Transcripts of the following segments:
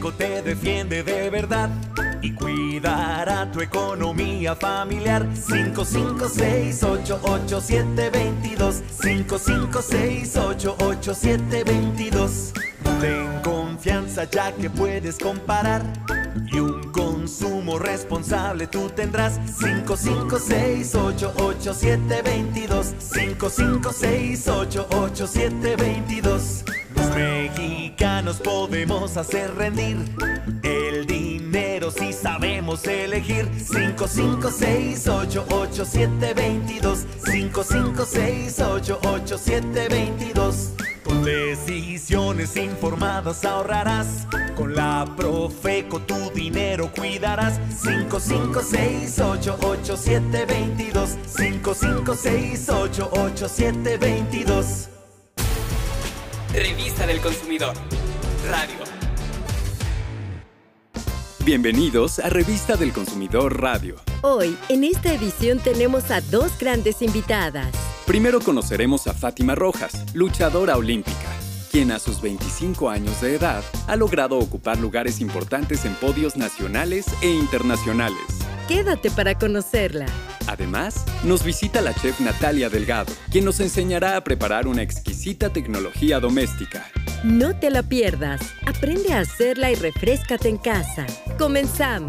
Profeco te defiende de verdad y cuidará tu economía familiar. 556-887-22. 556-887-22. Ten confianza ya que puedes comparar y un consumo responsable tú tendrás. 556-887-22. 556-887-22. Los mexicanos podemos hacer rendir el dinero si sabemos elegir. 556-887-22. 556-887-22. Con decisiones informadas ahorrarás. Con la Profeco tu dinero cuidarás. 556-887-22. 556-887-22. Revista del Consumidor Radio. Bienvenidos a Revista del Consumidor Radio. Hoy, en esta edición tenemos a dos grandes invitadas. Primero conoceremos a Fátima Rojas, luchadora olímpica, quien a sus 25 años de edad ha logrado ocupar lugares importantes en podios nacionales e internacionales. Quédate para conocerla. Además, nos visita la chef Natalia Delgado, quien nos enseñará a preparar una exquisita tecnología doméstica. No te la pierdas. Aprende a hacerla y refréscate en casa. ¡Comenzamos!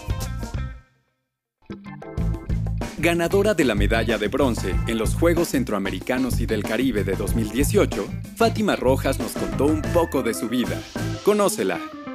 Ganadora de la medalla de bronce en los Juegos Centroamericanos y del Caribe de 2018, Fátima Rojas nos contó un poco de su vida. Conócela.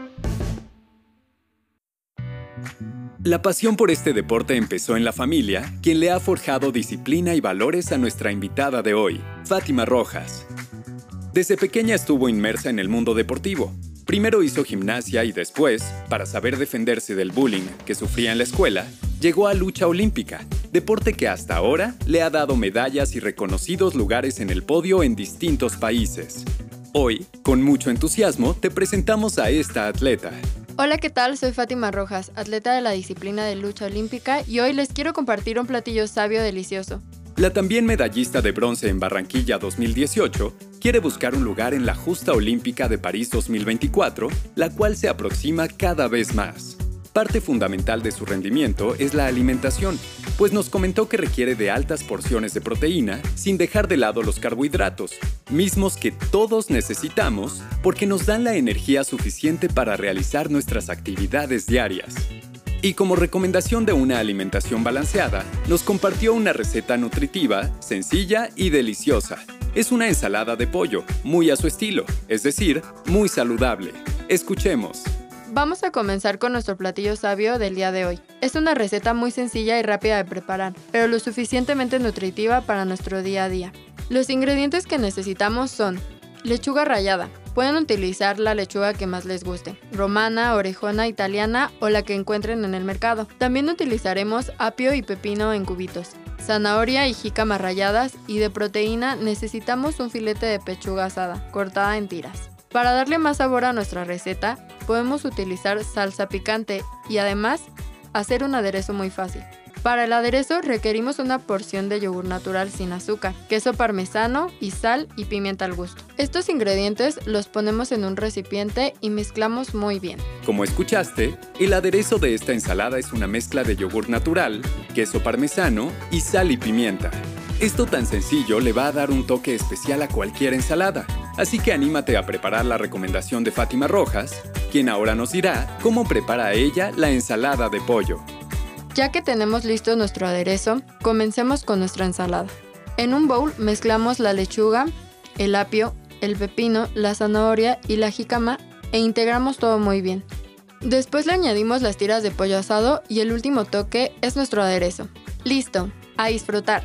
La pasión por este deporte empezó en la familia, quien le ha forjado disciplina y valores a nuestra invitada de hoy, Fátima Rojas. Desde pequeña estuvo inmersa en el mundo deportivo. Primero hizo gimnasia y después, para saber defenderse del bullying que sufría en la escuela, llegó a lucha olímpica, deporte que hasta ahora le ha dado medallas y reconocidos lugares en el podio en distintos países. Hoy, con mucho entusiasmo, te presentamos a esta atleta. Hola, ¿qué tal? Soy Fátima Rojas, atleta de la disciplina de lucha olímpica, y hoy les quiero compartir un platillo sabio delicioso. La también medallista de bronce en Barranquilla 2018 quiere buscar un lugar en la justa olímpica de París 2024, la cual se aproxima cada vez más. Parte fundamental de su rendimiento es la alimentación, pues nos comentó que requiere de altas porciones de proteína sin dejar de lado los carbohidratos, mismos que todos necesitamos porque nos dan la energía suficiente para realizar nuestras actividades diarias. Y como recomendación de una alimentación balanceada, nos compartió una receta nutritiva, sencilla y deliciosa. Es una ensalada de pollo, muy a su estilo, es decir, muy saludable. Escuchemos. Vamos a comenzar con nuestro platillo sabio del día de hoy. Es una receta muy sencilla y rápida de preparar, pero lo suficientemente nutritiva para nuestro día a día. Los ingredientes que necesitamos son lechuga rallada. Pueden utilizar la lechuga que más les guste, romana, orejona, italiana o la que encuentren en el mercado. También utilizaremos apio y pepino en cubitos, zanahoria y jícama ralladas, y de proteína necesitamos un filete de pechuga asada, cortada en tiras. Para darle más sabor a nuestra receta, podemos utilizar salsa picante y además hacer un aderezo muy fácil. Para el aderezo requerimos una porción de yogur natural sin azúcar, queso parmesano y sal y pimienta al gusto. Estos ingredientes los ponemos en un recipiente y mezclamos muy bien. Como escuchaste, el aderezo de esta ensalada es una mezcla de yogur natural, queso parmesano y sal y pimienta. Esto tan sencillo le va a dar un toque especial a cualquier ensalada. Así que anímate a preparar la recomendación de Fátima Rojas, quien ahora nos dirá cómo prepara ella la ensalada de pollo. Ya que tenemos listo nuestro aderezo, comencemos con nuestra ensalada. En un bowl mezclamos la lechuga, el apio, el pepino, la zanahoria y la jícama e integramos todo muy bien. Después le añadimos las tiras de pollo asado y el último toque es nuestro aderezo. ¡Listo! ¡A disfrutar!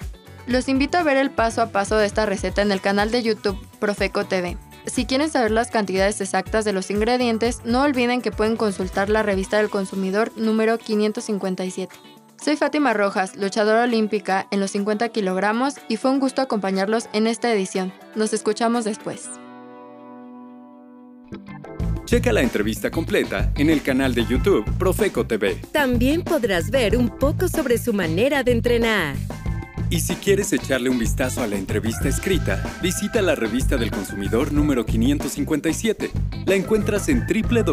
Los invito a ver el paso a paso de esta receta en el canal de YouTube Profeco TV. Si quieren saber las cantidades exactas de los ingredientes, no olviden que pueden consultar la Revista del Consumidor número 557. Soy Fátima Rojas, luchadora olímpica en los 50 kilogramos, y fue un gusto acompañarlos en esta edición. Nos escuchamos después. Checa la entrevista completa en el canal de YouTube Profeco TV. También podrás ver un poco sobre su manera de entrenar. Y si quieres echarle un vistazo a la entrevista escrita, visita la Revista del Consumidor número 557. La encuentras en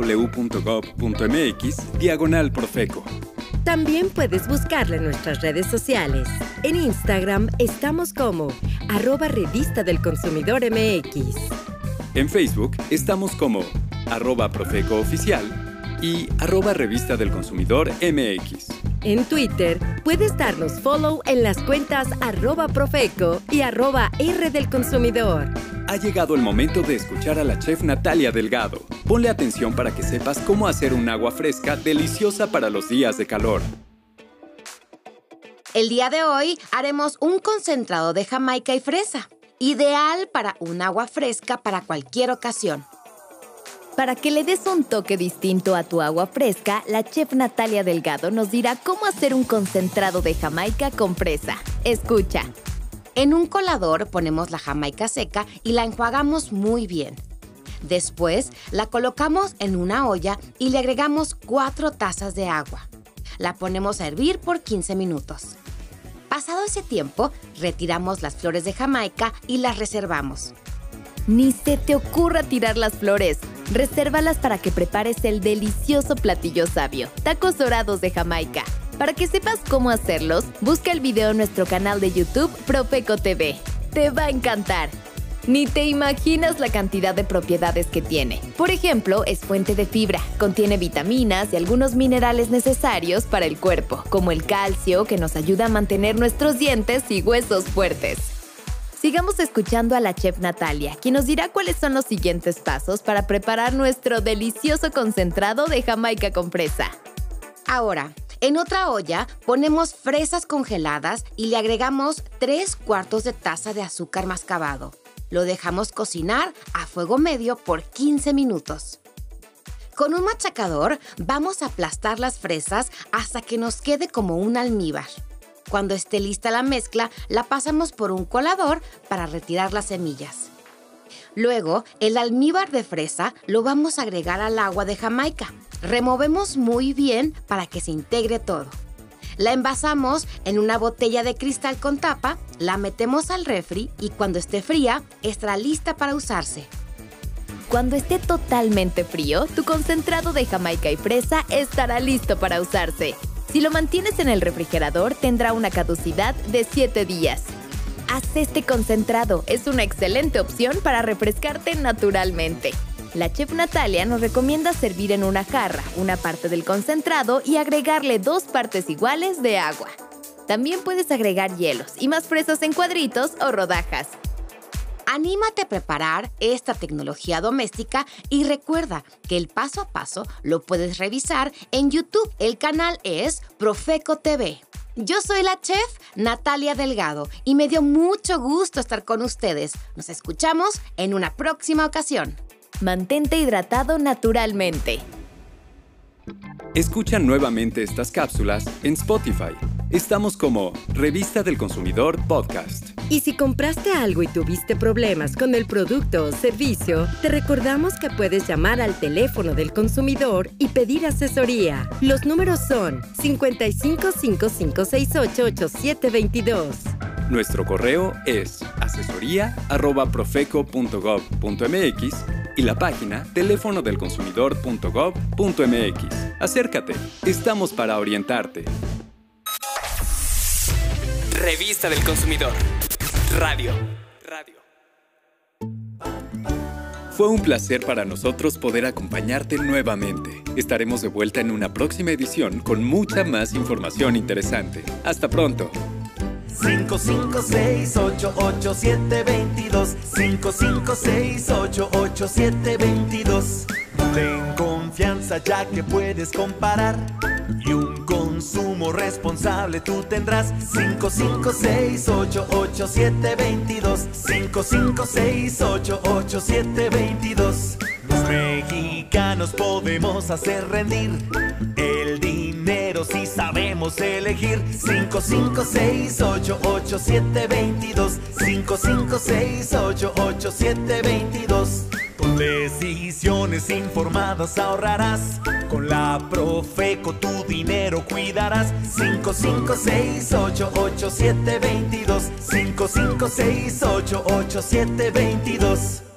www.gov.mx/Profeco. También puedes buscarla en nuestras redes sociales. En Instagram estamos como @Revista del Consumidor MX. En Facebook estamos como @Profeco Oficial y @Revista del Consumidor MX. En Twitter puedes darnos follow en las cuentas @Profeco y @R del Consumidor. Ha llegado el momento de escuchar a la chef Natalia Delgado. Ponle atención para que sepas cómo hacer un agua fresca deliciosa para los días de calor. El día de hoy haremos un concentrado de jamaica y fresa, ideal para un agua fresca para cualquier ocasión. Para que le des un toque distinto a tu agua fresca, la chef Natalia Delgado nos dirá cómo hacer un concentrado de jamaica con fresa. Escucha. En un colador ponemos la jamaica seca y la enjuagamos muy bien. Después, la colocamos en una olla y le agregamos 4 tazas de agua. La ponemos a hervir por 15 minutos. Pasado ese tiempo, retiramos las flores de jamaica y las reservamos. Ni se te ocurra tirar las flores. Resérvalas para que prepares el delicioso platillo sabio, tacos dorados de Jamaica. Para que sepas cómo hacerlos, busca el video en nuestro canal de YouTube Profeco TV. Te va a encantar. Ni te imaginas la cantidad de propiedades que tiene. Por ejemplo, es fuente de fibra, contiene vitaminas y algunos minerales necesarios para el cuerpo, como el calcio, que nos ayuda a mantener nuestros dientes y huesos fuertes. Sigamos escuchando a la chef Natalia, quien nos dirá cuáles son los siguientes pasos para preparar nuestro delicioso concentrado de jamaica con fresa. Ahora, en otra olla ponemos fresas congeladas y le agregamos 3/4 de taza de azúcar mascabado. Lo dejamos cocinar a fuego medio por 15 minutos. Con un machacador vamos a aplastar las fresas hasta que nos quede como un almíbar. Cuando esté lista la mezcla, la pasamos por un colador para retirar las semillas. Luego, el almíbar de fresa lo vamos a agregar al agua de jamaica. Removemos muy bien para que se integre todo. La envasamos en una botella de cristal con tapa, la metemos al refri y cuando esté fría, estará lista para usarse. Cuando esté totalmente frío, tu concentrado de jamaica y fresa estará listo para usarse. Si lo mantienes en el refrigerador, tendrá una caducidad de 7 días. Haz este concentrado, es una excelente opción para refrescarte naturalmente. La chef Natalia nos recomienda servir en una jarra una parte del concentrado y agregarle 2 partes iguales de agua. También puedes agregar hielos y más fresas en cuadritos o rodajas. Anímate a preparar esta tecnología doméstica y recuerda que el paso a paso lo puedes revisar en YouTube. El canal es Profeco TV. Yo soy la chef Natalia Delgado y me dio mucho gusto estar con ustedes. Nos escuchamos en una próxima ocasión. Mantente hidratado naturalmente. Escucha nuevamente estas cápsulas en Spotify. Estamos como Revista del Consumidor Podcast. Y si compraste algo y tuviste problemas con el producto o servicio, te recordamos que puedes llamar al teléfono del consumidor y pedir asesoría. Los números son 5555688722. Nuestro correo es asesoría@profeco.gov.mx y la página teléfonodelconsumidor.gov.mx. Acércate, estamos para orientarte. Revista del Consumidor. Radio. Fue un placer para nosotros poder acompañarte nuevamente. Estaremos de vuelta en una próxima edición con mucha más información interesante. Hasta pronto. 55688722 55688722. Ten confianza ya que puedes comparar y un consumo responsable tú tendrás. 55688722 55688722. Los mexicanos podemos hacer rendir el dinero si sabemos elegir. 55688722 55688722. Con decisiones informadas ahorrarás. Con la Profeco tu dinero cuidarás. 55688722. 55688722.